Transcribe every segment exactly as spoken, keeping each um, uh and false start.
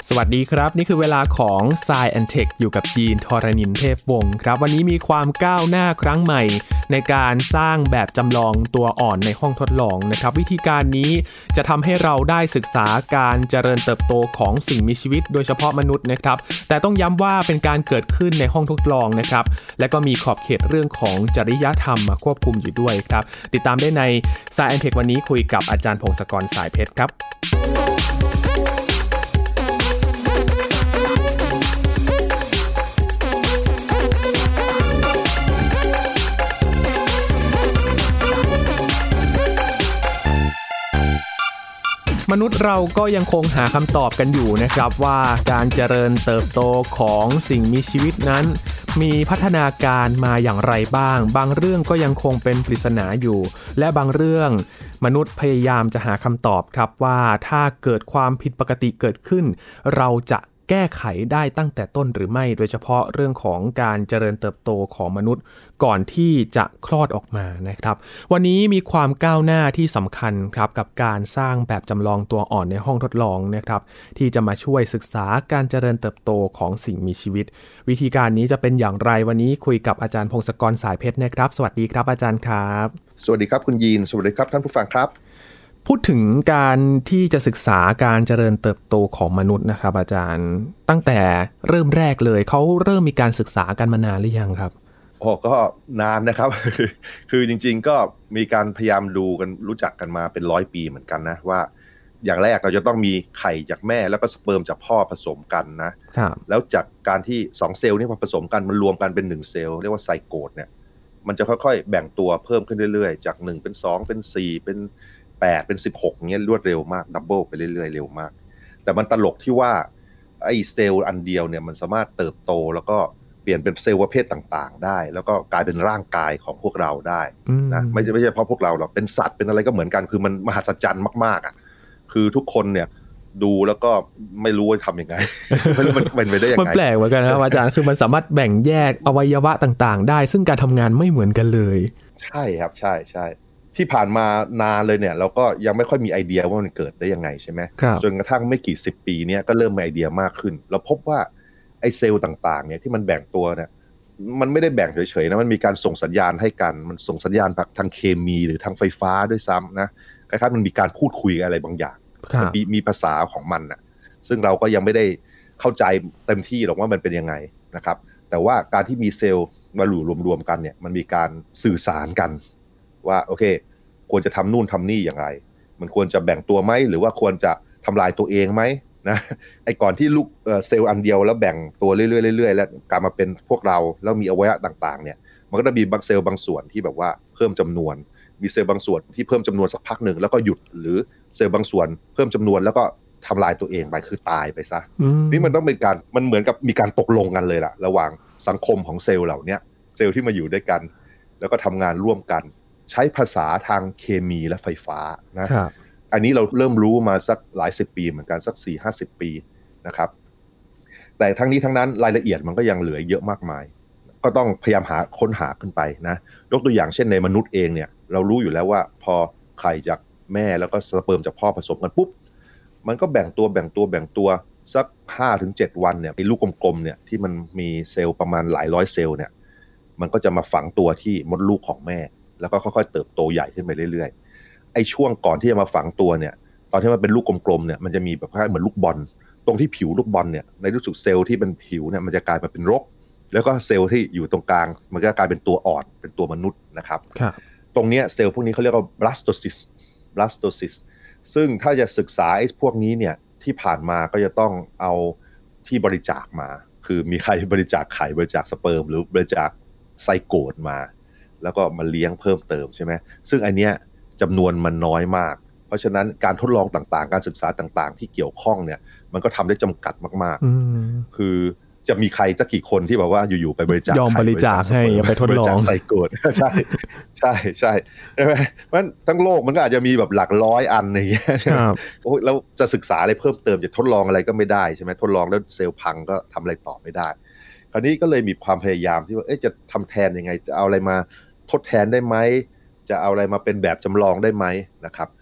สวัสดีครับนี่คือเวลาของ Science แอนด์ Tech อยู่กับยีนทรณินเทพวงศ์ครับวันนี้มีความก้าวหน้าครั้งใหม่ในการสร้างแบบจำลองตัวอ่อนในห้องทดลองนะครับวิธีการนี้จะทำให้เราได้ศึกษาการเจริญเติบโตของสิ่งมีชีวิตโดยเฉพาะมนุษย์นะครับแต่ต้องย้ำว่าเป็นการเกิดขึ้นในห้องทดลองนะครับและก็มีขอบเขตเรื่องของจริยธรรมมาควบคุมอยู่ด้วยครับติดตามได้ใน Science แอนด์ Tech วันนี้คุยกับอาจารย์พงศกรสายเพชรครับมนุษย์เราก็ยังคงหาคำตอบกันอยู่นะครับว่าการเจริญเติบโตของสิ่งมีชีวิตนั้นมีพัฒนาการมาอย่างไรบ้างบางเรื่องก็ยังคงเป็นปริศนาอยู่และบางเรื่องมนุษย์พยายามจะหาคำตอบครับว่าถ้าเกิดความผิดปกติเกิดขึ้นเราจะแก้ไขได้ตั้งแต่ต้นหรือไม่โดยเฉพาะเรื่องของการเจริญเติบโตของมนุษย์ก่อนที่จะคลอดออกมานะครับวันนี้มีความก้าวหน้าที่สำคัญครับกับการสร้างแบบจำลองตัวอ่อนในห้องทดลองนะครับที่จะมาช่วยศึกษาการเจริญเติบโตของสิ่งมีชีวิตวิธีการนี้จะเป็นอย่างไรวันนี้คุยกับอาจารย์พงศกรสายเพชรนะครับสวัสดีครับอาจารย์ครับสวัสดีครับคุณยีนสวัสดีครับท่านผู้ฟังครับพูดถึงการที่จะศึกษาการเจริญเติบโตของมนุษย์นะครับอาจารย์ตั้งแต่เริ่มแรกเลยเขาเริ่มมีการศึกษากันมานานหรือยังครับโอ้ก็นานนะครับ คือจริงๆก็มีการพยายามดูกันรู้จักกันมาเป็นร้อยปีเหมือนกันนะว่าอย่างแรกเราจะต้องมีไข่จากแม่แล้วก็สเปิร์มจากพ่อผสมกันนะแล้วจากการที่สองเซลล์นี่พอผสมกันมันรวมกันเป็นหนึ่งเซลล์เรียกว่าไซโกตเนี่ยมันจะค่อยๆแบ่งตัวเพิ่มขึ้นเรื่อยๆจากหนึ่งเป็นสองเป็นสี่เป็นแปดเป็นสิบหกเงี้ยรวดเร็วมากดับเบิลไปเรื่อยๆเร็วมากแต่มันตลกที่ว่าไอ้เซลล์อันเดียวเนี่ยมันสามารถเติบโตแล้วก็เปลี่ยนเป็นเซลล์ประเภทต่างๆได้แล้วก็กลายเป็นร่างกายของพวกเราได้นะไม่ใช่ไม่ใช่เพราะพวกเราหรอกเป็นสัตว์เป็นอะไรก็เหมือนกันคือมันมหัศจรรย์มากๆอ่ะคือทุกคนเนี่ยดูแล้วก็ไม่รู้ว่าทำยังไง ไม่รู้มันเป็นไปได้ยังไงมันแปลกเหมือนกันนะครับอาจารย์คือมันสามารถแบ่งแยกอวัยวะต่างๆได้ซึ่งการทำงานไม่เหมือนกันเลยใช่ครับใช่ใช่ที่ผ่านมานานเลยเนี่ยเราก็ยังไม่ค่อยมีไอเดียว่ามันเกิดได้ยังไงใช่ไหมจนกระทั่งไม่กี่สิบปีเนี่ยก็เริ่มมีไอเดียมากขึ้นเราพบว่าไอเซลล์ต่างๆเนี่ยที่มันแบ่งตัวเนี่ยมันไม่ได้แบ่งเฉยๆนะมันมีการส่งสัญญาณให้กันมันส่งสัญญาณทางเคมีหรือทางไฟฟ้าด้วยซ้ำนะคล้ายๆมันมีการพูดคุยอะไรบางอย่างมีมีภาษาของมันนะซึ่งเราก็ยังไม่ได้เข้าใจเต็มที่หรอกว่ามันเป็นยังไงนะครับแต่ว่าการที่มีเซลล์มาหลู่รวมๆกันเนี่ยมันมีการสื่อสารกันว่าโอเคควรจะทำนู่นทำนี่อย่างไรมันควรจะแบ่งตัวไหมหรือว่าควรจะทำลายตัวเองไหมนะไอ้ก่อนที่ลูกเอ่อเซลล์อันเดียวแล้วแบ่งตัวเรื่อยๆเรื่อยๆแล้วกลายมาเป็นพวกเราแล้วมีอวัยวะต่างๆเนี่ยมันก็จะมีบางเซลล์บางส่วนที่แบบว่าเพิ่มจำนวนมีเซลล์บางส่วนที่เพิ่มจำนวนสักพักหนึ่งแล้วก็หยุดหรือเซลล์บางส่วนเพิ่มจำนวนแล้วก็ทำลายตัวเองไปคือตายไปซะนี่มันต้องเป็นการมันเหมือนกับมีการตกลงกันเลยล่ะระหว่างสังคมของเซลล์เหล่านี้เซลล์ที่มาอยู่ด้วยกันแล้วก็ทำงานร่วมกันใช้ภาษาทางเคมีและไฟฟ้านะอันนี้เราเริ่มรู้มาสักหลายสิบปีเหมือนกันสัก สี่ห้าสิบ ปีนะครับแต่ทั้งนี้ทั้งนั้นรายละเอียดมันก็ยังเหลือเยอะมากมายก็ต้องพยายามหาค้นหาขึ้นไปนะยกตัวอย่างเช่นในมนุษย์เองเนี่ยเรารู้อยู่แล้วว่าพอไข่จากแม่แล้วก็สเปิร์มจากพ่อผสมกันปุ๊บมันก็แบ่งตัวแบ่งตัวแบ่งตัวสัก ห้าถึงเจ็ด วันเนี่ยไอ้ลูกกลมๆเนี่ยที่มันมีเซลล์ประมาณหลายร้อยเซลล์เนี่ยมันก็จะมาฝังตัวที่มดลูกของแม่แล้วก็ค่อยๆเติบโตใหญ่ขึ้นไปเรื่อยๆไอ้ช่วงก่อนที่จะมาฝังตัวเนี่ยตอนที่มันเป็นลูกกลมๆเนี่ยมันจะมีแบบคล้ายเหมือนลูกบอลตรงที่ผิวลูกบอลเนี่ยในที่สุดเซลล์ที่เป็นผิวเนี่ยมันจะกลายมาเป็นรกแล้วก็เซลล์ที่อยู่ตรงกลางมันก็กลายเป็นตัวอ่อนเป็นตัวมนุษย์นะครับตรงเนี้ยเซลล์พวกนี้เขาเรียกว่า blastocyst blastocyst ซึ่งถ้าจะศึกษาไอ้พวกนี้เนี่ยที่ผ่านมาก็จะต้องเอาที่บริจาคมาคือมีใครบริจาคไข่บริจาคสเปิร์มหรือบริจาคไซโกตมาแล้วก็มาเลี้ยงเพิ่มเติมใช่ไหมซึ่งอันเนี้ยจำนวนมันน้อยมากเพราะฉะนั้นการทดลองต่างๆการศึกษาต่างๆที่เกี่ยวข้องเนี่ยมันก็ทำได้จำกัดมากๆคือจะมีใครสักกี่คนที่แบบว่าอยู่ๆไปบริจาคยอมบริจาคให้ไปทดลองไซโกตใช่ใช่ใช่ใช่ไหมเพราะฉะนั้นทั้งโลกมันก็อาจจะมีแบบหลักร้อยอันอย่างเงี้ยแล้วจะศึกษาอะไรเพิ่มเติมจะทดลองอะไรก็ไม่ได้ใช่ไหมทดลองแล้วเซลล์พังก็ทำอะไรต่อไม่ได้คราวนี้ก็เลยมีความพยายามที่ว่าเอ๊ะจะทำแทนยังไงจะเอาอะไรมาทดแทนได้ไหมจะเอาอะไรมาเป็นแบบจำลองได้ไหมนะครับ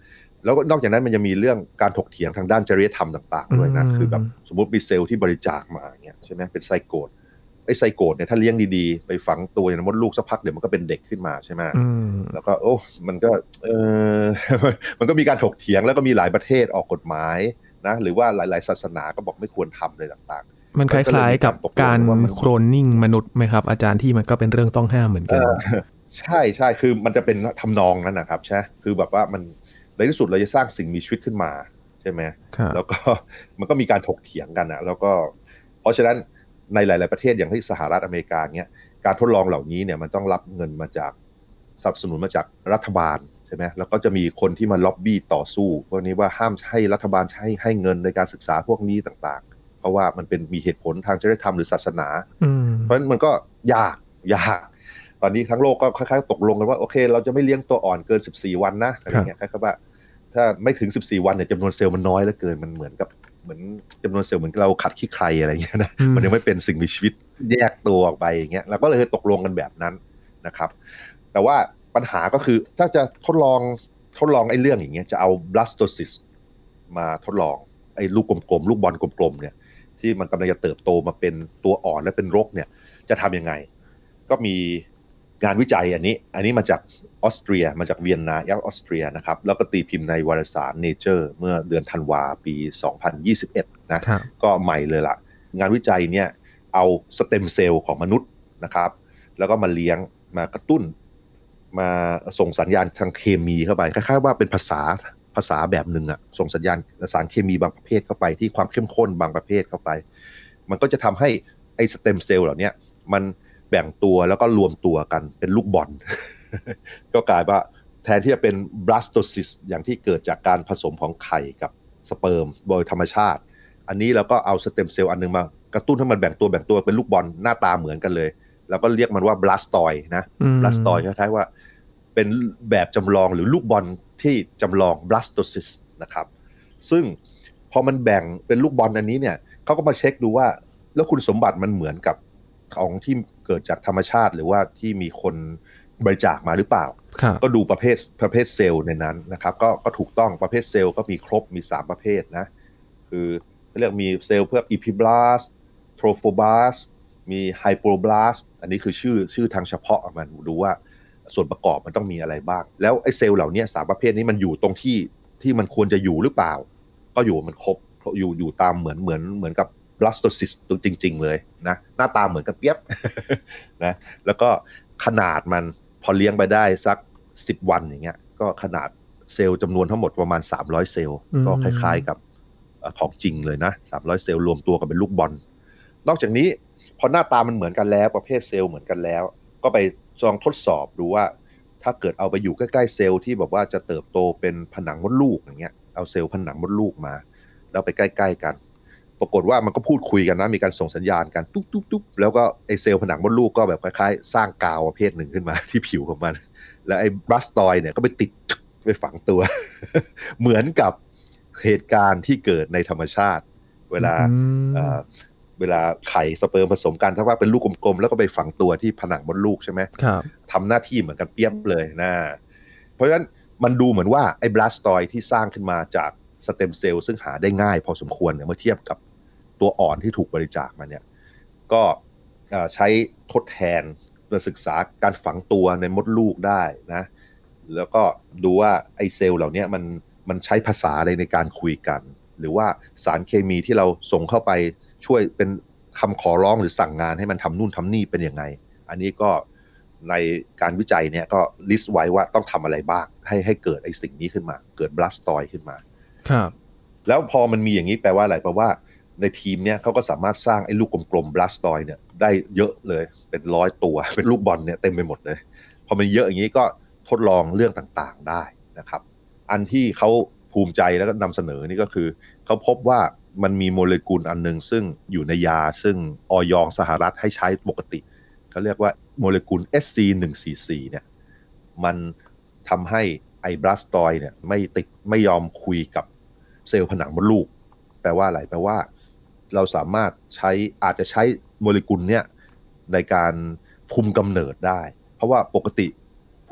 แล้วก็นอกจากนั้นมันยังมีเรื่องการถกเถียงทางด้านจริยธรรมต่างๆด้วยนะคือแบบสมมติมีเซลล์ที่บริจาคมาอย่างเงี้ยใช่ไหมเป็นไซโกตไอ้ไซโกตเนี่ยถ้าเลี้ยงดีๆไปฝังตัวในมดลูกสักพักเดี๋ยวมันก็เป็นเด็กขึ้นมาใช่ไหมแล้วก็โอ้มันก็เออมันก็มีการถกเถียงแล้วก็มีหลายประเทศออกกฎหมายนะหรือว่าหลายๆศาสนาก็บอกไม่ควรทำเลยต่างๆมันคล้ายๆกับการโคลนนิ่งมนุษย์ไหมครับอาจารย์ที่มันก็เป็นเรื่องต้องห้ามเหมือนกันใช่ใช่คือมันจะเป็นทำนองนั้นนะครับใช่คือแบบว่ามันในที่สุดเราจะสร้างสิ่งมีชีวิตขึ้นมาใช่ไหมแล้วก็มันก็มีการถกเถียงกันนะแล้วก็เพราะฉะนั้นในหลายๆประเทศอย่างที่สหรัฐอเมริกาเนี้ยการทดลองเหล่านี้เนี่ยมันต้องรับเงินมาจากสนับสนุนมาจากรัฐบาลใช่ไหมแล้วก็จะมีคนที่มาล็อบบี้ต่อสู้พวกนี้ว่าห้ามให้รัฐบาลใช้ให้เงินในการศึกษาพวกนี้ต่างๆเพราะว่ามันเป็นมีเหตุผลทางจริยธรรมหรือศาสนาเพราะฉะนั้นมันก็ยากยากตอนนี้ทั้งโลกก็คล้ายๆตกลงกันว่าโอเคเราจะไม่เลี้ยงตัวอ่อนเกินสิบสี่วันนะอะไรเงี้ยคล้ายๆว่าถ้าไม่ถึงสิบสี่วันเนี่ยจำนวนเซลล์มันน้อยเหลือเกินมันเหมือนกับเหมือนจำนวนเซลล์เหมือนเราขัดขี้ใครอะไรเงี้ยนะมันยังไม่เป็นสิ่งมีชีวิตแยกตัวออกไปอย่างเงี้ยเราก็เลยตกลงกันแบบนั้นนะครับแต่ว่าปัญหาก็คือถ้าจะทดลองทดลองไอ้เรื่องอย่างเงี้ยจะเอา blastocyst มาทดลองไอ้ลูกกลมๆลูกบอลกลมๆเนี่ยที่มันกำลังจะเติบโตมาเป็นตัวอ่อนและเป็นรกเนี่ยจะทำยังไงก็มีงานวิจัยอันนี้อันนี้มาจากออสเตรียมาจากเวียนนาออสเตรียนะครับแล้วก็ตีพิมพ์ในวารสาร Nature เมื่อเดือนธันวาปีสองพันยี่สิบเอ็ดนะก็ใหม่เลยล่ะงานวิจัยเนี่ยเอาสเต็มเซลล์ของมนุษย์นะครับแล้วก็มาเลี้ยงมากระตุ้นมาส่งสัญญาณทางเคมีเข้าไปคล้ายๆว่าเป็นภาษาภาษาแบบหนึ่งอะส่งสัญญาณสารเคมีบางประเภทเข้าไปที่ความเข้มข้นบางประเภทเข้าไปมันก็จะทำให้ไอ้สเต็มเซลล์เหล่านี้มันแบ่งตัวแล้วก็รวมตัวกันเป็นลูกบอล ก็กลายว่าแทนที่จะเป็น blastocyst อย่างที่เกิดจากการผสมของไข่กับสเปิร์มโดยธรรมชาติอันนี้เราก็เอาสเต็มเซลล์อันนึงมากระตุ้นให้มันแบ่งตัวแบ่งตัวเป็นลูกบอลหน้าตาเหมือนกันเลยแล้วก็เรียกมันว่า blastoid นะ blastoid คล้ายๆว่าเป็นแบบจำลองหรือลูกบอลที่จำลอง blastocyst นะครับซึ่งพอมันแบ่งเป็นลูกบอลอันนี้เนี่ยเขาก็มาเช็คดูว่าแล้วคุณสมบัติมันเหมือนกับของที่เกิดจากธรรมชาติหรือว่าที่มีคนบริจาคมาหรือเปล่าก็ดูประเภทประเภทเซลล์ในนั้นนะครับก็ก็ถูกต้องประเภทเซลล์ก็มีครบมีสามประเภทนะคือเรียกมีเซลล์พวก Epiblast Trophoblast มี Hypoblast อันนี้คือชื่อชื่อทางเฉพาะมันดูว่าส่วนประกอบมันต้องมีอะไรบ้างแล้วไอ้เซลล์เหล่านี้สามประเภทนี้มันอยู่ตรงที่ที่มันควรจะอยู่หรือเปล่าก็อยู่มันครบอยู่อยู่ตามเหมือนเหมือนเหมือนกับblastocyst ตัวจริงๆเลยนะหน้าตาเหมือนกับเปี๊ยบ นะแล้วก็ขนาดมันพอเลี้ยงไปได้สักสิบวันอย่างเงี้ยก็ขนาดเซลล์จำนวนทั้งหมดประมาณสามร้อยเซลล์ก็คล้ายๆกับของจริงเลยนะสามร้อยเซลล์รวมตัวกันเป็นลูกบอลนอกจากนี้พอหน้าตามันเหมือนกันแล้วประเภทเซลล์เหมือนกันแล้วก็ไปลองทดสอบดูว่าถ้าเกิดเอาไปอยู่ใกล้ๆเซลล์ที่แบบว่าจะเติบโตเป็นผนังมดลูกอย่างเงี้ยเอาเซลล์ผนังมดลูกมาแล้วไปใกล้ๆกันปรากฏว่ามันก็พูดคุยกันนะมีการส่งสัญญาณกันตุ๊บๆๆแล้วก็ไอเซลล์ผนังมดลูกก็แบบคล้ายๆสร้างกาวประเภทหนึ่งขึ้นมาที่ผิวของมันแล้วไอ้บลาสตอยด์เนี่ยก็ไปติดไปฝังตัว เหมือนกับเหตุการณ์ที่เกิดในธรรมชาติเวลาเอ่อเวลาไข่สเปิร์มผสมกันถ้าว่าเป็นลูกกลมๆแล้วก็ไปฝังตัวที่ผนังมดลูกใช่ไหมครับทำหน้าที่เหมือนกันเปี้ยบเลยนะเพราะฉะนั้นมันดูเหมือนว่าไอ้บลาสตอยด์ที่สร้างขึ้นมาจากสเต็มเซลล์ซึ่งหาได้ง่ายพอสมควรเนี่ยเมื่อเทียบกับตัวอ่อนที่ถูกบริจาคมาเนี่ยก็ใช้ทดแทนเพื่อศึกษาการฝังตัวในมดลูกได้นะแล้วก็ดูว่าไอ้เซลล์เหล่านี้มันมันใช้ภาษาอะไรในการคุยกันหรือว่าสารเคมีที่เราส่งเข้าไปช่วยเป็นคำขอร้องหรือสั่งงานให้มันทำนู่นทำนี่เป็นยังไงอันนี้ก็ในการวิจัยเนี่ยก็ลิสต์ไว้ว่าต้องทำอะไรบ้างให้ให้เกิดไอ้สิ่งนี้ขึ้นมาเกิดบลาสตอยด์ขึ้นมาครับแล้วพอมันมีอย่างนี้แปลว่าอะไรแปลว่าในทีมเนี่ยเขาก็สามารถสร้างไอ้ลูกกลมๆบลาสตอยด์เนี่ยได้เยอะเลยเป็นร้อยตัวเป็นลูกบอลเนี่ยเต็มไปหมดเลยพอมันเยอะอย่างนี้ก็ทดลองเรื่องต่างๆได้นะครับอันที่เขาภูมิใจแล้วก็นำเสนอนี่ก็คือเขาพบว่ามันมีโมเลกุลอันนึงซึ่งอยู่ในยาซึ่งอย.สหรัฐให้ใช้ปกติเขาเรียกว่าโมเลกุล เอส ซี หนึ่งสี่สี่ เนี่ยมันทำให้ไอ้บลาสตอยด์เนี่ยไม่ติดไม่ยอมคุยกับเซลล์ผนังมดลูกแปลว่าอะไรแปลว่าเราสามารถใช้อาจจะใช้โมเลกุลเนี่ยในการคุมกำเนิดได้เพราะว่าปกติผ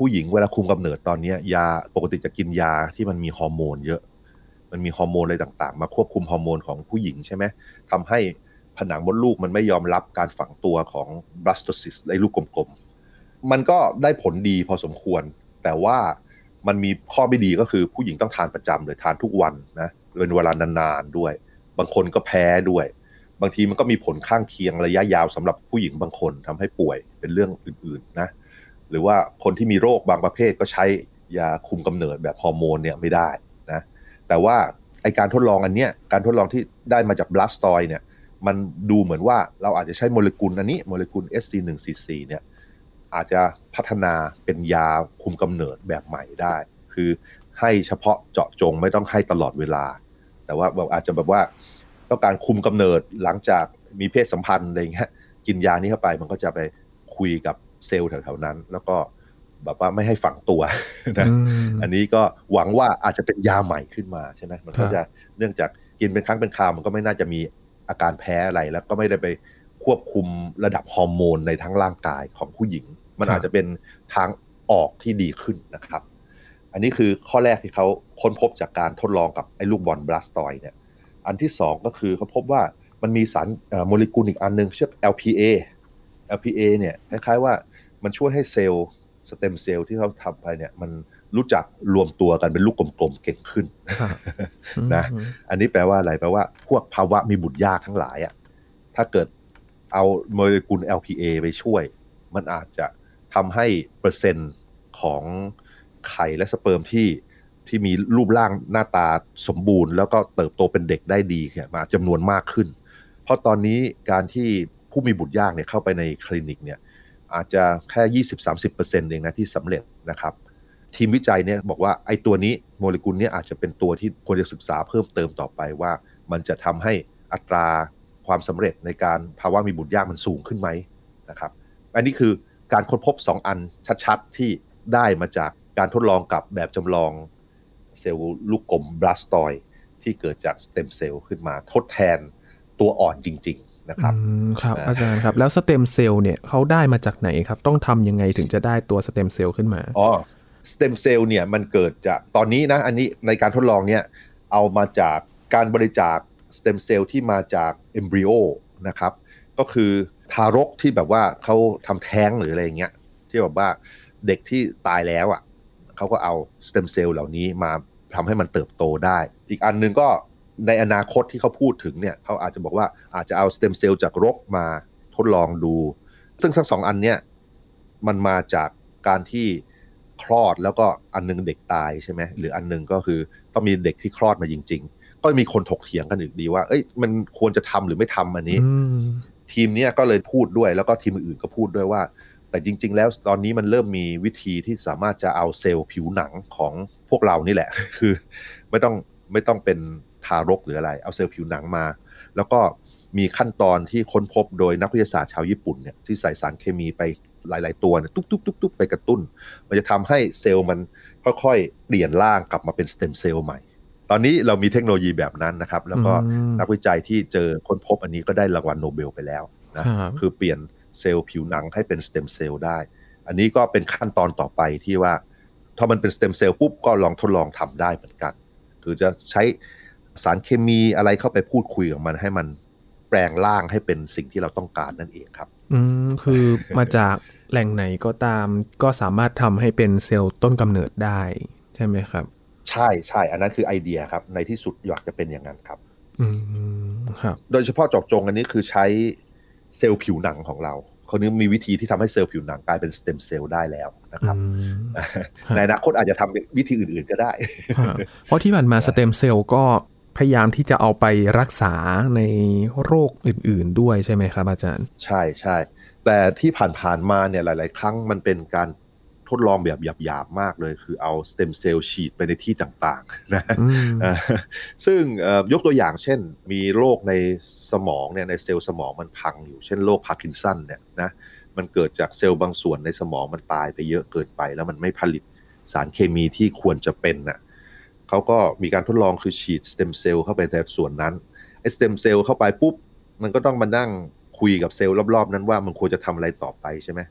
ผู้หญิงเวลาคุมกำเนิดตอนนี้ยาปกติจะกินยาที่มันมีฮอร์โมนเยอะมันมีฮอร์โมนอะไรต่างๆมาควบคุมฮอร์โมนของผู้หญิงใช่ไหมทำให้ผนังมดลูกมันไม่ยอมรับการฝังตัวของบลาสโตซิสไอ้ลูกกลมๆมันก็ได้ผลดีพอสมควรแต่ว่ามันมีข้อไม่ดีก็คือผู้หญิงต้องทานประจำเลยทานทุกวันนะเป็นเวลานานๆด้วยบางคนก็แพ้ด้วยบางทีมันก็มีผลข้างเคียงระยะยาวสำหรับผู้หญิงบางคนทำให้ป่วยเป็นเรื่องอื่นๆนะหรือว่าคนที่มีโรคบางประเภทก็ใช้ยาคุมกำเนิดแบบฮอร์โมนเนี่ยไม่ได้นะแต่ว่าไอการทดลองอันเนี้ยการทดลองที่ได้มาจากบลาสตอยด์เนี่ยมันดูเหมือนว่าเราอาจจะใช้โมเลกุลอันนี้โมเลกุล เอส ซี หนึ่ง ซี ซี เนี่ยอาจจะพัฒนาเป็นยาคุมกำเนิดแบบใหม่ได้คือให้เฉพาะเจาะจงไม่ต้องให้ตลอดเวลาแต่ว่าอาจจะแบบว่าต้องการคุมกำเนิดหลังจากมีเพศสัมพันธ์อะไรอย่างเงี้ยกินยานี้เข้าไปมันก็จะไปคุยกับเซลล์แถวๆนั้นแล้วก็แบบว่าไม่ให้ฝังตัวนะอันนี้ก็หวังว่าอาจจะเป็นยาใหม่ขึ้นมาใช่ไหมมันก็จะเนื่องจากกินเป็นครั้งเป็นคราวมันก็ไม่น่าจะมีอาการแพ้อะไรแล้วก็ไม่ได้ไปควบคุมระดับฮอร์โมนในทั้งร่างกายของผู้หญิงมันอาจจะเป็นทางออกที่ดีขึ้นนะครับอันนี้คือข้อแรกที่เขาค้นพบจากการทดลองกับไอ้ลูกบอลบลาสตอยด์เนี่ยอันที่สองก็คือเขาพบว่ามันมีสารโมเลกุลอีกอันนึงชื่อ แอล พี เอ แอล พี เอ เนี่ยคล้ายๆว่ามันช่วยให้เซลล์สเต็มเซลล์ที่เขาทำไปเนี่ยมันรู้จักรวมตัวกันเป็นลูกกลมๆเก่งขึ้นนะอันนี้แปลว่าอะไรแปลว่าพวกภาวะมีบุตรยากทั้งหลายอ่ะถ้าเกิดเอาโมเลกุล แอล พี เอ ไปช่วยมันอาจจะทำให้เปอร์เซ็นต์ของไข่และสเปิร์มที่ที่มีรูปร่างหน้าตาสมบูรณ์แล้วก็เติบโตเป็นเด็กได้ดีเนี่ยมาจำนวนมากขึ้นเพราะตอนนี้การที่ผู้มีบุตรยากเนี่ยเข้าไปในคลินิกเนี่ยอาจจะแค่ ยี่สิบถึงสามสิบเปอร์เซ็นต์ เองนะที่สำเร็จนะครับทีมวิจัยเนี่ยบอกว่าไอ้ตัวนี้โมเลกุลนี้อาจจะเป็นตัวที่ควรจะศึกษาเพิ่มเติมต่อไปว่ามันจะทำให้อัตราความสำเร็จในการภาวะมีบุตรยากมันสูงขึ้นไหมนะครับอันนี้คือการค้นพบสองอันชัดๆที่ได้มาจากการทดลองกับแบบจำลองเซลล์ลูกกลมบลาสตอยด์ที่เกิดจากสเต็มเซลล์ขึ้นมาทดแทนตัวอ่อนจริงๆนะครับครับอาจารย์ครับแล้วสเต็มเซลล์เนี่ยเขาได้มาจากไหนครับต้องทำยังไงถึงจะได้ตัวสเต็มเซลล์ขึ้นมาอ๋อสเต็มเซลล์เนี่ยมันเกิดจากตอนนี้นะอันนี้ในการทดลองเนี่ยเอามาจากการบริจาคสเต็มเซลล์ที่มาจากเอมบริโอนะครับก็คือทารกที่แบบว่าเขาทำแท้งหรืออะไรอย่างเงี้ยที่แบบว่าเด็กที่ตายแล้วอ่ะเขาก็เอาสเต็มเซลล์เหล่านี้มาทำให้มันเติบโตได้อีกอันนึงก็ในอนาคตที่เขาพูดถึงเนี่ยเขาอาจจะบอกว่าอาจจะเอาสเต็มเซลล์จากรกมาทดลองดูซึ่งทั้งสองอันเนี้ยมันมาจากการที่คลอดแล้วก็อันนึงเด็กตายใช่ไหมหรืออันนึงก็คือต้องมีเด็กที่คลอดมาจริงๆก็มีคนถกเถียงกันอีกดีว่าเอ้ยมันควรจะทำหรือไม่ทำอันนี้ทีมเนี้ยก็เลยพูดด้วยแล้วก็ทีมอื่นๆก็พูดด้วยว่าแต่จริงๆแล้วตอนนี้มันเริ่มมีวิธีที่สามารถจะเอาเซลล์ผิวหนังของพวกเรานี่แหละคือไม่ต้องไม่ต้องเป็นทารกหรืออะไรเอาเซลล์ผิวหนังมาแล้วก็มีขั้นตอนที่ค้นพบโดยนักวิทยาศาสตร์ชาวญี่ปุ่นเนี่ยที่ใส่สารเคมีไปหลายๆตัวเนี่ยตุ๊บๆๆๆไปกระตุ้นมันจะทำให้เซลล์มันค่อยๆเปลี่ยนร่างกลับมาเป็นสเต็มเซลล์ใหม่ตอนนี้เรามีเทคโนโลยีแบบนั้นนะครับแล้วก็นักวิจัยที่เจอค้นพบอันนี้ก็ได้รางวัลโนเบลไปแล้วนะคือเปลี่ยนเซลล์ผิวหนังให้เป็นสเต็มเซลล์ได้อันนี้ก็เป็นขั้นตอนต่อไปที่ว่าถ้ามันเป็นสเต็มเซลล์ปุ๊บก็ลองทดลองทำได้เหมือนกันคือจะใช้สารเคมีอะไรเข้าไปพูดคุยกับมันให้มันแปลงร่างให้เป็นสิ่งที่เราต้องการนั่นเองครับอืมคือมาจากแหล่งไหนก็ตามก็สามารถทำให้เป็นเซลล์ต้นกำเนิดได้ใช่ไหมครับใช่ใช่อันนั้นคือไอเดียครับในที่สุดอยากจะเป็นอย่างนั้นครับอืมครับโดยเฉพาะเจาะจงอันนี้คือใช้เซลล์ผิวหนังของเราคนนี้มีวิธีที่ทำให้เซลล์ผิวหนังกลายเป็นสเต็มเซลล์ได้แล้วนะครับในอนาคตอาจจะทำวิธีอื่นๆก็ได้เพราะที่ผ่านมาสเต็มเซลล์ก็พยายามที่จะเอาไปรักษาในโรคอื่นๆด้วยใช่ไหมครับอาจารย์ใช่ใช่แต่ที่ผ่านๆมาเนี่ยหลายๆครั้งมันเป็นการทดลองแบบหยาบๆมากเลยคือเอาสเต็มเซลล์ฉีดไปในที่ต่างๆนะซึ่งยกตัวอย่างเช่นมีโรคในสมองเนี่ยในเซลล์สมองมันพังอยู่เช่นโรคพาร์กินสันเนี่ยนะมันเกิดจากเซลล์บางส่วนในสมองมันตายไปเยอะเกินไปแล้วมันไม่ผลิตสารเคมีที่ควรจะเป็นน่ะเขาก็มีการทดลองคือฉีดสเต็มเซลล์เข้าไปในส่วนนั้นไอ้สเต็มเซลล์เข้าไปปุ๊บมันก็ต้องมานั่งคุยกับเซลล์รอบๆนั้นว่ามันควรจะทำอะไรต่อไปใช่ไหม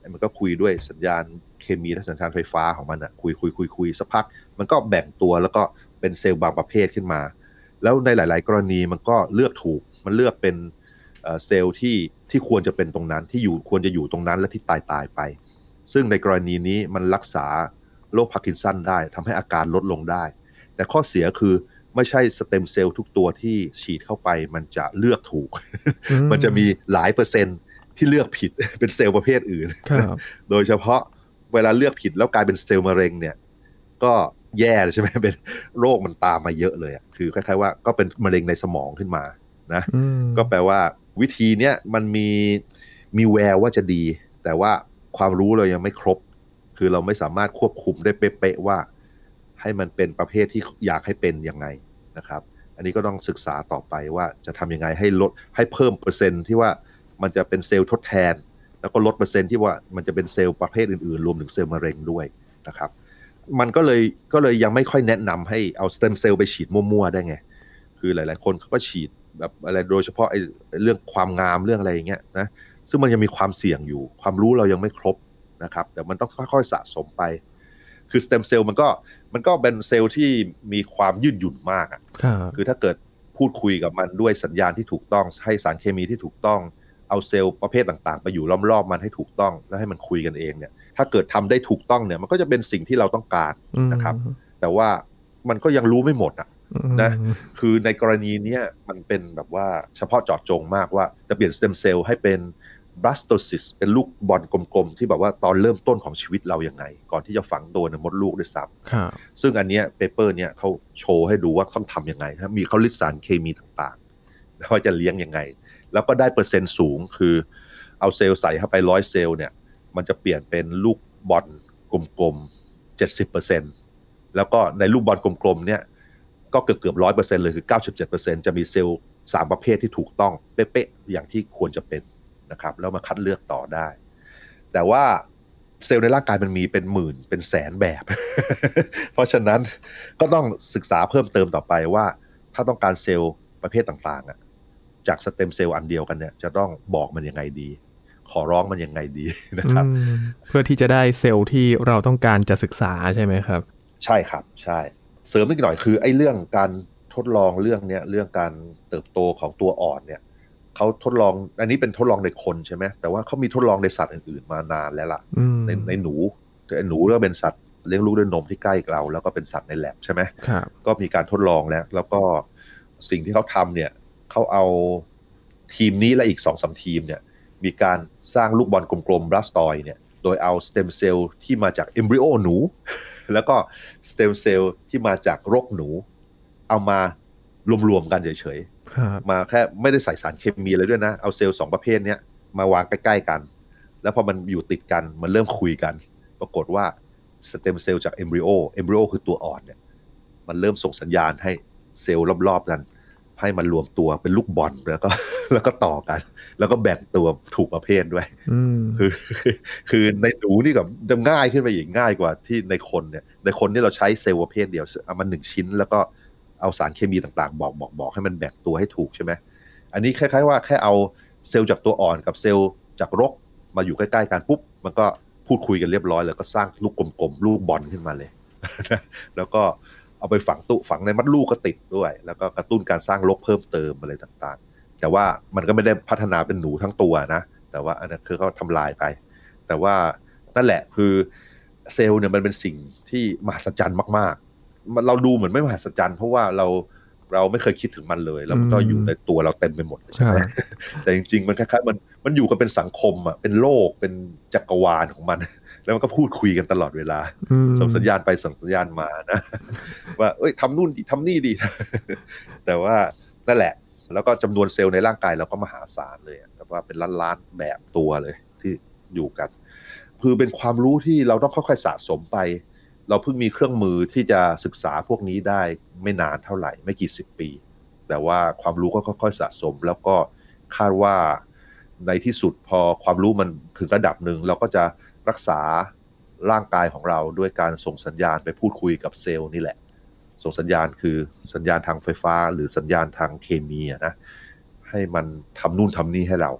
มันก็คุยด้วยสัญญาณเคมีและสัญญาณไฟฟ้าของมันอ่ะคุยคุยคุยคุยสักพักมันก็แบ่งตัวแล้วก็เป็นเซลล์บางประเภทขึ้นมาแล้วในหลายๆกรณีมันก็เลือกถูกมันเลือกเป็นเซลล์ที่ที่ควรจะเป็นตรงนั้นที่อยู่ควรจะอยู่ตรงนั้นและที่ตายตายไปซึ่งในกรณีนี้มันรักษาโรคพาร์กินสันได้ทำให้อาการลดลงได้แต่ข้อเสียคือไม่ใช่สเต็มเซลล์ทุกตัวที่ฉีดเข้าไปมันจะเลือกถูก มันจะมีหลายเปอร์เซ็นต์ที่เลือกผิด เป็นเซลล์ประเภทอื่น โดยเฉพาะเวลาเลือกผิดแล้วกลายเป็นเซลล์มะเร็งเนี่ยก็แย่ใช่ไหมเป็นโรคมันตามมาเยอะเลยคือคล้ายๆว่าก็เป็นมะเร็งในสมองขึ้นมานะก็แปลว่าวิธีเนี้ยมันมีมีแววว่าจะดีแต่ว่าความรู้เรายังไม่ครบคือเราไม่สามารถควบคุมได้เป๊ะๆว่าให้มันเป็นประเภทที่อยากให้เป็นยังไงนะครับอันนี้ก็ต้องศึกษาต่อไปว่าจะทำยังไงให้ลดให้เพิ่มเปอร์เซ็นต์ที่ว่ามันจะเป็นเซลล์ทดแทนแล้วก็ลดเปอร์เซ็นต์ที่ว่ามันจะเป็นเซลล์ประเภทอื่นๆรวมถึงเซลล์มะเร็งด้วยนะครับมันก็เลยก็เลยยังไม่ค่อยแนะนำให้เอาสเต็มเซลล์ไปฉีดมั่วๆได้ไงคือหลายๆคนเขาก็ฉีดแบบอะไรโดยเฉพาะไอ้เรื่องความงามเรื่องอะไรอย่างเงี้ยนะซึ่งมันยังมีความเสี่ยงอยู่ความรู้เรายังไม่ครบนะครับแต่มันต้องค่อยๆสะสมไปคือสเต็มเซลล์มันก็มันก็เป็นเซลล์ที่มีความยืดหยุ่นมากอ่ะคือถ้าเกิดพูดคุยกับมันด้วยสัญญาณที่ถูกต้องให้สารเคมีที่ถูกต้องเอาเซลล์ประเภทต่างๆไปอยู่รอบๆมันให้ถูกต้องแล้วให้มันคุยกันเองเนี่ยถ้าเกิดทำได้ถูกต้องเนี่ยมันก็จะเป็นสิ่งที่เราต้องการนะครับแต่ว่ามันก็ยังรู้ไม่หมดอ่ะนะคือในกรณีนี้มันเป็นแบบว่าเฉพาะเจาะจงมากว่าจะเปลี่ยนสเต็มเซลล์ให้เป็นบลาสโตซิสเป็นลูกบอลกลมๆที่แบบว่าตอนเริ่มต้นของชีวิตเราอย่างไงก่อนที่จะฝังตัวในมดลูกด้วยซ้ำซึ่งอันเนี้ยเปเปอร์เนี้ยเขาโชว์ให้ดูว่าต้องทำยังไงครับมีเขาลิสต์สารเคมีต่างๆว่าจะเลี้ยงยังไงแล้วก็ได้เปอร์เซ็นต์สูงคือเอาเซลล์ใส่เข้าไปร้อยเซลล์เนี่ยมันจะเปลี่ยนเป็นลูกบอลกลมๆ เจ็ดสิบเปอร์เซ็นต์ แล้วก็ในลูกบอลกลมๆเนี่ยก็เกือบเกือบ ร้อยเปอร์เซ็นต์ เลยคือ เก้าสิบเจ็ดเปอร์เซ็นต์ จะมีเซลล์สามประเภทที่ถูกต้องเป๊ะๆอย่างที่ควรจะเป็นนะครับแล้วมาคัดเลือกต่อได้แต่ว่าเซลล์ในร่างกายมันมีเป็นหมื่นเป็นแสนแบบ เพราะฉะนั้นก็ต้องศึกษาเพิ่มเติมต่อไปว่าถ้าต้องการเซลล์ประเภทต่างๆอ่ะจากสเต็มเซลล์อันเดียวกันเนี่ยจะต้องบอกมันยังไงดีขอร้องมันยังไงดีนะครับเพื่อที่จะได้เซลล์ที่เราต้องการจะศึกษาใช่ไหมครับใช่ครับใช่เสริมอีกหน่อยคือไอ้เรื่องการทดลองเรื่องเนี้ยเรื่องการเติบโตของตัวอ่อนเนี่ยเขาทดลองอันนี้เป็นทดลองในคนใช่ไหมแต่ว่าเขามีทดลองในสัตว์อื่นๆมานานแล้วล่ะในในหนูแต่หนูก็เป็นสัตว์เลี้ยงลูกด้วยนมที่ใกล้เราแล้วก็เป็นสัตว์ในแลบใช่ไหมก็มีการทดลองแล้วแล้วก็สิ่งที่เขาทำเนี่ยเขาเอาทีมนี้และอีก สองสาม ทีมเนี่ยมีการสร้างลูกบอลกลมๆบลาสตอยด์เนี่ยโดยเอาสเต็มเซลล์ที่มาจากเอมบริโอหนูแล้วก็สเต็มเซลล์ที่มาจากรกหนูเอามารวมๆกันเฉยๆมาแค่ไม่ได้ใส่สารเคมีอะไรด้วยนะเอาเซลล์สองประเภทนี้มาวางใกล้ๆกันแล้วพอมันอยู่ติดกันมันเริ่มคุยกันปรากฏว่าสเต็มเซลล์จากเอมบริโอเอมบริโอคือตัวอ่อนเนี่ยมันเริ่มส่งสัญญาณให้เซลล์รอบๆกันให้มันรวมตัวเป็นลูกบอลแล้วก็แล้วก็ต่อกันแล้วก็แบ่งตัวถูกประเภทด้วยคือคือในหนูนี่กับจะง่ายขึ้นไปอีกง่ายกว่าที่ในคนเนี่ยในคนนี่เราใช้เซลล์ประเภทเดียวเอามันหนึ่งชิ้นแล้วก็เอาสารเคมีต่างๆบอกบอกบอกให้มันแบ่งตัวให้ถูกใช่ไหมอันนี้คล้ายๆว่าแค่เอาเซลล์จากตัวอ่อนกับเซลล์จากรกมาอยู่ใกล้ๆกันปุ๊บมันก็พูดคุยกันเรียบร้อยแล้วก็สร้างลูกกลมๆลูกบอลขึ้นมาเลยแล้วก็เอาไปฝังตุฝังในมดลูกก็ติดด้วยแล้วก็กระตุ้นการสร้างรกเพิ่มเติมอะไรต่างๆแต่ว่ามันก็ไม่ได้พัฒนาเป็นหนูทั้งตัวนะแต่ว่าอันนั้นคือเขาทำลายไปแต่ว่านั่นแหละคือเซลล์เนี่ยมันเป็นสิ่งที่มหัศจรรย์มากๆเราดูเหมือนไม่มหัศจรรย์เพราะว่าเราเราไม่เคยคิดถึงมันเลยแล้วมันก็อยู่ในตัวเราเต็มไปหมดใช่ไหมแต่จริงๆมันคล้ายๆมันมันอยู่กันเป็นสังคมอ่ะเป็นโลกเป็นจักรวาลของมันแล้วมันก็พูดคุยกันตลอดเวลาส่งสัญญาณไปส่งสัญญาณมานะว่าเอ้ยทำนู่นดีทำนี่ดีแต่ว่านั่นแหละแล้วก็จำนวนเซลล์ในร่างกายเราก็มหาศาลเลยแต่ว่าเป็นล้านๆแบบตัวเลยที่อยู่กันคือเป็นความรู้ที่เราต้องค่อยๆสะสมไปเราเพิ่งมีเครื่องมือที่จะศึกษาพวกนี้ได้ไม่นานเท่าไหร่ไม่กี่สิบปีแต่ว่าความรู้ก็ค่อยๆสะสมแล้วก็คาดว่าในที่สุดพอความรู้มันถึงระดับหนึ่งเราก็จะรักษาร่างกายของเราด้วยการส่งสัญญาณไปพูดคุยกับเซลล์นี่แหละส่งสัญญาณคือสัญญาณทางไฟฟ้าหรือสัญญาณทางเคมีนะให้มันทำนู่นทำนี่ให้เรา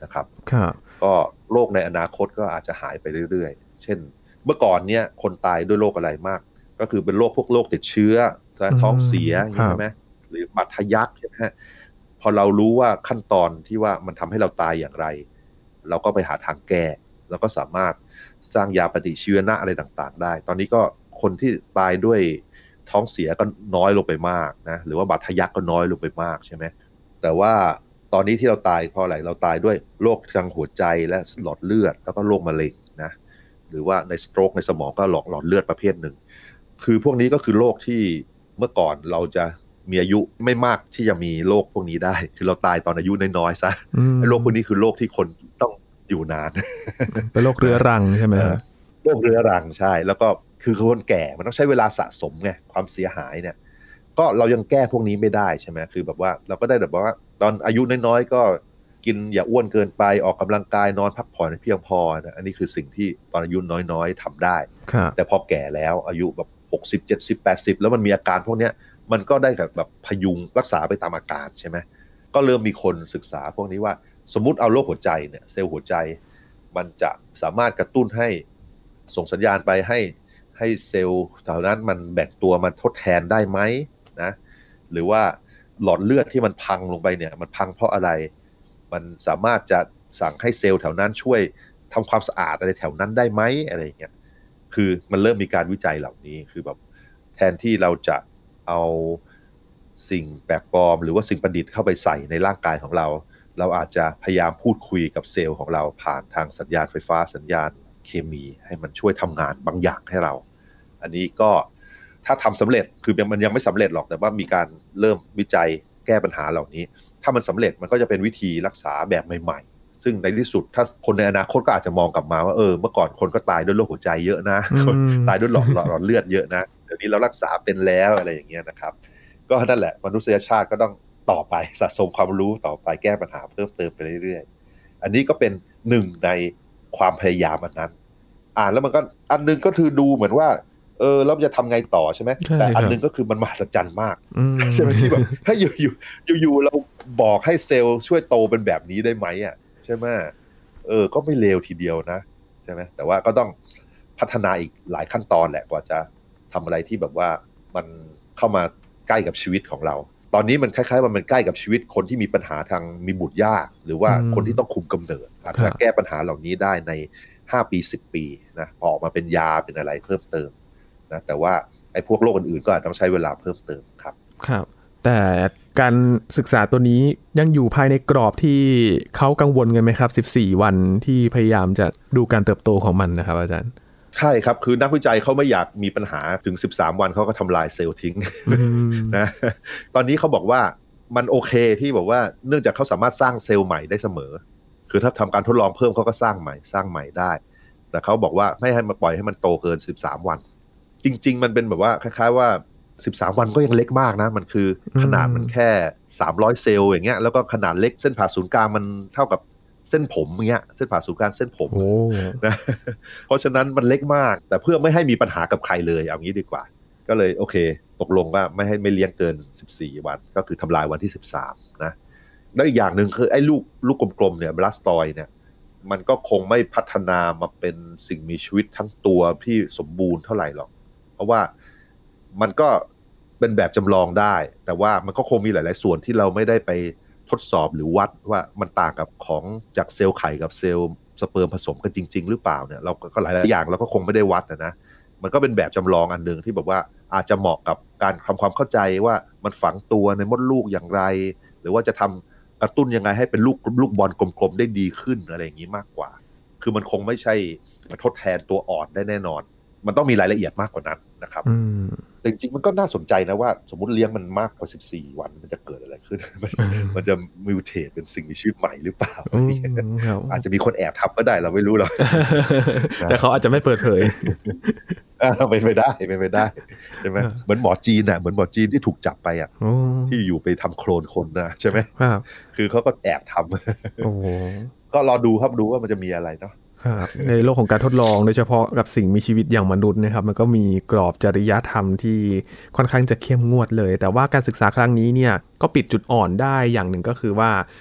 นะครับครับก็โรคในอนาคตก็อาจจะหายไปเรื่อยๆเช่นเมื่อก่อนเนี้ยคนตายด้วยโรคอะไรมากก็คือเป็นโรคพวกโรคติดเชื้อท้องเสียใช่ไหมหรือบาดทะยักใช่ไหมฮะพอเรารู้ว่าขั้นตอนที่ว่ามันทำให้เราตายอย่างไรเราก็ไปหาทางแก้แล้วก็สามารถสร้างยาปฏิชีวนะอะไรต่างๆได้ตอนนี้ก็คนที่ตายด้วยท้องเสียก็น้อยลงไปมากนะหรือว่าบาดทะยักก็น้อยลงไปมากใช่ไหมแต่ว่าตอนนี้ที่เราตายเพราะอะไรเราตายด้วยโรคทางหัวใจและหลอดเลือดแล้วก็โรคมะเร็งนะหรือว่าในสโตรกในสมองก็หลอดหลอดเลือดประเภทหนึ่งคือพวกนี้ก็คือโรคที่เมื่อก่อนเราจะมีอายุไม่มากที่จะมีโรคพวกนี้ได้คือเราตายตอนอายุน้อยๆซะโรคพวกนี้คือโรคที่คนต้องอยู่นานเป็นโรคเรื้อรังใช่ไหมโรคเรื้อรังใช่แล้วก็คือคนแก่มันต้องใช้เวลาสะสมไงความเสียหายเนี่ยก็เรายังแก้พวกนี้ไม่ได้ใช่ไหมคือแบบว่าเราก็ได้แบบว่าตอนอายุน้อยๆก็กินอย่าอ้วนเกินไปออกกำลังกายนอนพักผ่อนให้เพียงพอนะอันนี้คือสิ่งที่ตอนอายุน้อยๆทำได้แต่พอแก่แล้วอายุแบบหกสิบ เจ็ดสิบ แปดสิบแล้วมันมีอาการพวกเนี้ยมันก็ได้แบบพยุงรักษาไปตามอาการใช่ไหมก็เริ่มมีคนศึกษาพวกนี้ว่าสมมุติเอาโรคหัวใจเนี่ยเซลล์หัวใจมันจะสามารถกระตุ้นให้ส่งสัญญาณไปให้ให้เซลล์เหล่านั้นมันแบ่งตัวมาทดแทนได้ไหมนะหรือว่าหลอดเลือดที่มันพังลงไปเนี่ยมันพังเพราะอะไรมันสามารถจะสั่งให้เซลล์แถวนั้นช่วยทำความสะอาดอะไรแถวนั้นได้ไหมอะไรอย่างเงี้ยคือมันเริ่มมีการวิจัยเหล่านี้คือแบบแทนที่เราจะเอาสิ่งแปลกปลอมหรือว่าสิ่งประดิษฐ์เข้าไปใส่ในร่างกายของเราเราอาจจะพยายามพูดคุยกับเซลล์ของเราผ่านทางสัญญาณไฟฟ้าสัญญาณเคมีให้มันช่วยทำงานบางอย่างให้เราอันนี้ก็ถ้าทำสำเร็จคือมันยังไม่สำเร็จหรอกแต่ว่ามีการเริ่มวิจัยแก้ปัญหาเหล่านี้ถ้ามันสำเร็จมันก็จะเป็นวิธีรักษาแบบใหม่ๆซึ่งในที่สุดถ้าคนในอนาคตก็อาจจะมองกลับมาว่าเออเมื่อก่อนคนก็ตายด้วยโรคหัวใจเยอะนะตายด้วยหลอดหลอดเลือดเยอะนะเดี๋ยวนี้เรารักษาเป็นแล้วอะไรอย่างเงี้ยนะครับก็นั่นแหละมนุษยชาติก็ต้องต่อไปสะสมความรู้ต่อไปแก้ปัญหาเพิ่มเติมไปเรื่อยๆอันนี้ก็เป็นหนึ่งในความพยายามอันนั้นอ่านแล้วมันก็อันนึงก็คือดูเหมือนว่าเออแล้วจะทำไงต่อใช่ไหมแต่อันนึงก็คือมันมหัศจรรย์มากใช่ไหมที่แบบถ้าอยู่อยู่อยู่อยู่เราบอกให้เซลล์ช่วยโตเป็นแบบนี้ได้ไหมอ่ะใช่ไหมเออก็ไม่เลวทีเดียวนะใช่ไหมแต่ว่าก็ต้องพัฒนาอีกหลายขั้นตอนแหละกว่าจะทำอะไรที่แบบว่ามันเข้ามาใกล้กับชีวิตของเราตอนนี้มันคล้ายๆว่ามันใกล้กับชีวิตคนที่มีปัญหาทางมีบุตรยากหรือว่าคนที่ต้องคุมกำเนิดอาจจะแก้ปัญหาเหล่านี้ได้ในห้าปีสิบปีนะออกมาเป็นยาเป็นอะไรเพิ่มเติมนะแต่ว่าไอ้พวกโรคอื่นๆก็อาจต้องใช้เวลาเพิ่มเติมครับครับแต่การศึกษาตัวนี้ยังอยู่ภายในกรอบที่เขากังวลกันไหมครับสิบสี่วันที่พยายามจะดูการเติบโตของมันนะครับอาจารย์ใช่ครับคือนักวิจัยเขาไม่อยากมีปัญหาถึงสิบสามวันเขาก็ทำลายเซลล์ทิ้งนะตอนนี้เขาบอกว่ามันโอเคที่บอกว่าเนื่องจากเขาสามารถสร้างเซลล์ใหม่ได้เสมอคือถ้าทำการทดลองเพิ่มเขาก็สร้างใหม่สร้างใหม่ได้แต่เขาบอกว่าไม่ให้มาปล่อยให้มันโตเกินสิบสามวันจริงๆมันเป็นแบบว่าคล้ายๆว่าสิบสามวันก็ยังเล็กมากนะมันคือขนาดมันแค่สามร้อยเซลล์อย่างเงี้ยแล้วก็ขนาดเล็กเส้นผ่าศูนย์กลางมันเท่ากับเส้นผมอย่างเงี้ยเส้นผ่าศูนย์กลางเส้นผมนะเพราะฉะนั้นมันเล็กมากแต่เพื่อไม่ให้มีปัญหากับใครเลยเอางี้ดีกว่าก็เลยโอเคตกลงว่าไม่ให้ไม่เลี้ยงเกินสิบสี่วันก็คือทำลายวันที่สิบสามนะแล้วอีกอย่างนึงคือไอ้ลูกลูกกลมๆเนี่ยบลาสตอยด์เนี่ยมันก็คงไม่พัฒนามาเป็นสิ่งมีชีวิตทั้งตัวที่สมบูรณ์เท่าไหร่หรอกเพราะว่ามันก็เป็นแบบจำลองได้แต่ว่ามันก็คงมีหลายๆส่วนที่เราไม่ได้ไปทดสอบหรือวัดว่ามันต่างกับของจากเซลล์ไข่กับเซลล์สเปิร์มผสมกันจริงๆหรือเปล่าเนี่ยเราก็หลายๆอย่างเราก็คงไม่ได้วัดนะนะมันก็เป็นแบบจำลองอันนึงที่แบบว่าอาจจะเหมาะกับการทำความเข้าใจว่ามันฝังตัวในมดลูกอย่างไรหรือว่าจะทำกระตุ้นยังไงให้เป็นลูกลูกบอลกลมๆได้ดีขึ้นอะไรอย่างนี้มากกว่าคือมันคงไม่ใช่มาทดแทนตัวอ่อนได้แน่นอนมันต้องมีรายละเอียดมากกว่านั้นนะครับแต่จริงๆมันก็น่าสนใจนะว่าสมมุติเลี้ยงมันมากกว่าสิบสี่วันมันจะเกิดอะไรขึ้น มันจะมิวเทตเป็นสิ่งมีชีวิตใหม่หรือเปล่า อาจจะมีคนแอบทำก็ได้เราไม่รู้หรอกแต่เขาอาจจะไม่เปิดเผยไปไม่ได้ไปไม่ได้ใช่ไหมเหมือนหมอจีนน่ะเหมือนหมอจีนที่ถูกจับไปอ่ะที่อยู่ไปทำโคลนคนนะใช่ไหมคือเขาก็แอบทำก็รอดูครับดูว่ามันจะมีอะไรเนาะในโลกของการทดลองโดยเฉพาะกับสิ่งมีชีวิตอย่างมนุษย์นะครับมันก็มีกรอบจริยธรรมที่ค่อนข้างจะเข้มงวดเลยแต่ว่าการศึกษาครั้งนี้เนี่ยก็ปิดจุดอ่อนได้อย่างหนึ่งก็คือว่า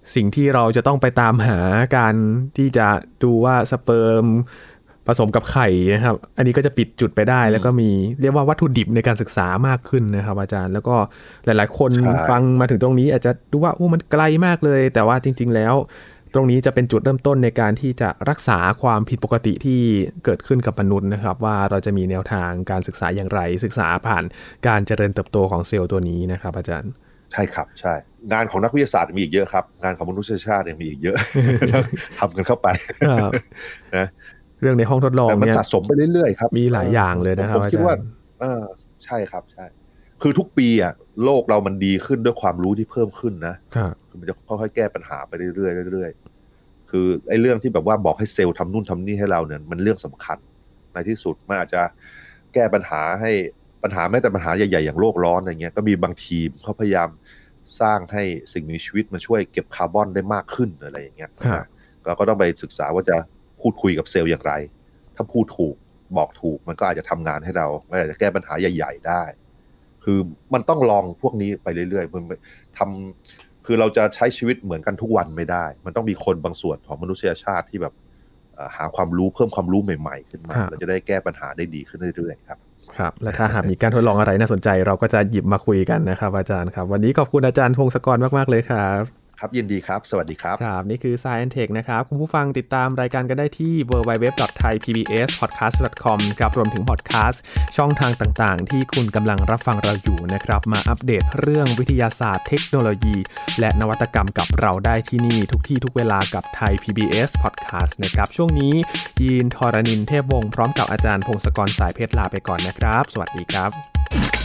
สิ่งที่เราจะต้องไปตามหาการที่จะดูว่าสเปิร์มผสมกับไข่นะครับอันนี้ก็จะปิดจุดไปได้แล้วก็มีเรียกว่าวัตถุดิบในการศึกษามากขึ้นนะครับอาจารย์แล้วก็หลายๆคนฟังมาถึงตรงนี้อาจจะดูว่าโอ้มันไกลมากเลยแต่ว่าจริงๆแล้วตรงนี้จะเป็นจุดเริ่มต้นในการที่จะรักษาความผิดปกติที่เกิดขึ้นกับมนุษย์นะครับว่าเราจะมีแนวทางการศึกษาอย่างไรศึกษาผ่านการเจริญเติบโตของเซลล์ตัวนี้นะครับอาจารย์ใช่ครับใช่งานของนักวิทยาศาสตร์มีอีกเยอะครับงานของมนุษยชาติยังมีอีกเยอะ ทำกันเข้าไปนะเรื่องในห้องทดลองเนี่ยมันสะสมไปเรื่อยๆครับมีหลายอย่างเลยนะครับผมคิดว่าเออใช่ครับใช่คือทุกปีอ่ะโลกเรามันดีขึ้นด้วยความรู้ที่เพิ่มขึ้นนะครับคือมันจะค่อยๆแก้ปัญหาไปเรื่อยๆเรื่อยๆคือไอ้เรื่องที่แบบว่าบอกให้เซลล์ทำนู่นทำนี่ให้เราเนี่ยมันเรื่องสำคัญในที่สุดมันอาจจะแก้ปัญหาให้ปัญหาแม้แต่ปัญหาใหญ่ๆอย่างโลกร้อนอะไรเงี้ยก็มีบางทีมเขาพยายามสร้างให้สิ่งมีชีวิตมันช่วยเก็บคาร์บอนได้มากขึ้นอะไรอย่างเงี้ยเราก็ต้องไปศึกษาว่าจะพูดคุยกับเซลล์อย่างไรถ้าพูดถูกบอกถูกมันก็อาจจะทำงานให้เราไม่อาจจะแก้ปัญหาใหญ่ๆได้คือมันต้องลองพวกนี้ไปเรื่อยๆมันทำคือเราจะใช้ชีวิตเหมือนกันทุกวันไม่ได้มันต้องมีคนบางส่วนของมนุษยชาติที่แบบหาความรู้เพิ่มความรู้ใหม่ๆขึ้นมาเราจะได้แก้ปัญหาได้ดีขึ้นเรื่อยๆครับครับและถ้าหากมีการทดลองอะไรน่าสนใจเราก็จะหยิบมาคุยกันนะครับอาจารย์ครับวันนี้ขอบคุณอาจารย์พงศกรมากๆเลยครับครับยินดีครับสวัสดีครับครับนี่คือ Science Tech นะครับคุณผู้ฟังติดตามรายการกันได้ที่ ดับเบิลยู ดับเบิลยู ดับเบิลยู ดอท ไทย พี บี เอส พอดแคสต์ ดอท คอม ครับรวมถึงพอดแคสต์ช่องทางต่างๆที่คุณกำลังรับฟังเราอยู่นะครับมาอัปเดตเรื่องวิทยาศาสตร์เทคโนโลยีและนวัตกรรมกับเราได้ที่นี่ทุกที่ทุกเวลากับไทย พี บี เอส Podcast นะครับช่วงนี้ยีนทรณินเทพวงศ์พร้อมกับอาจารย์พงศกรสายเพชรลาไปก่อนนะครับสวัสดีครับ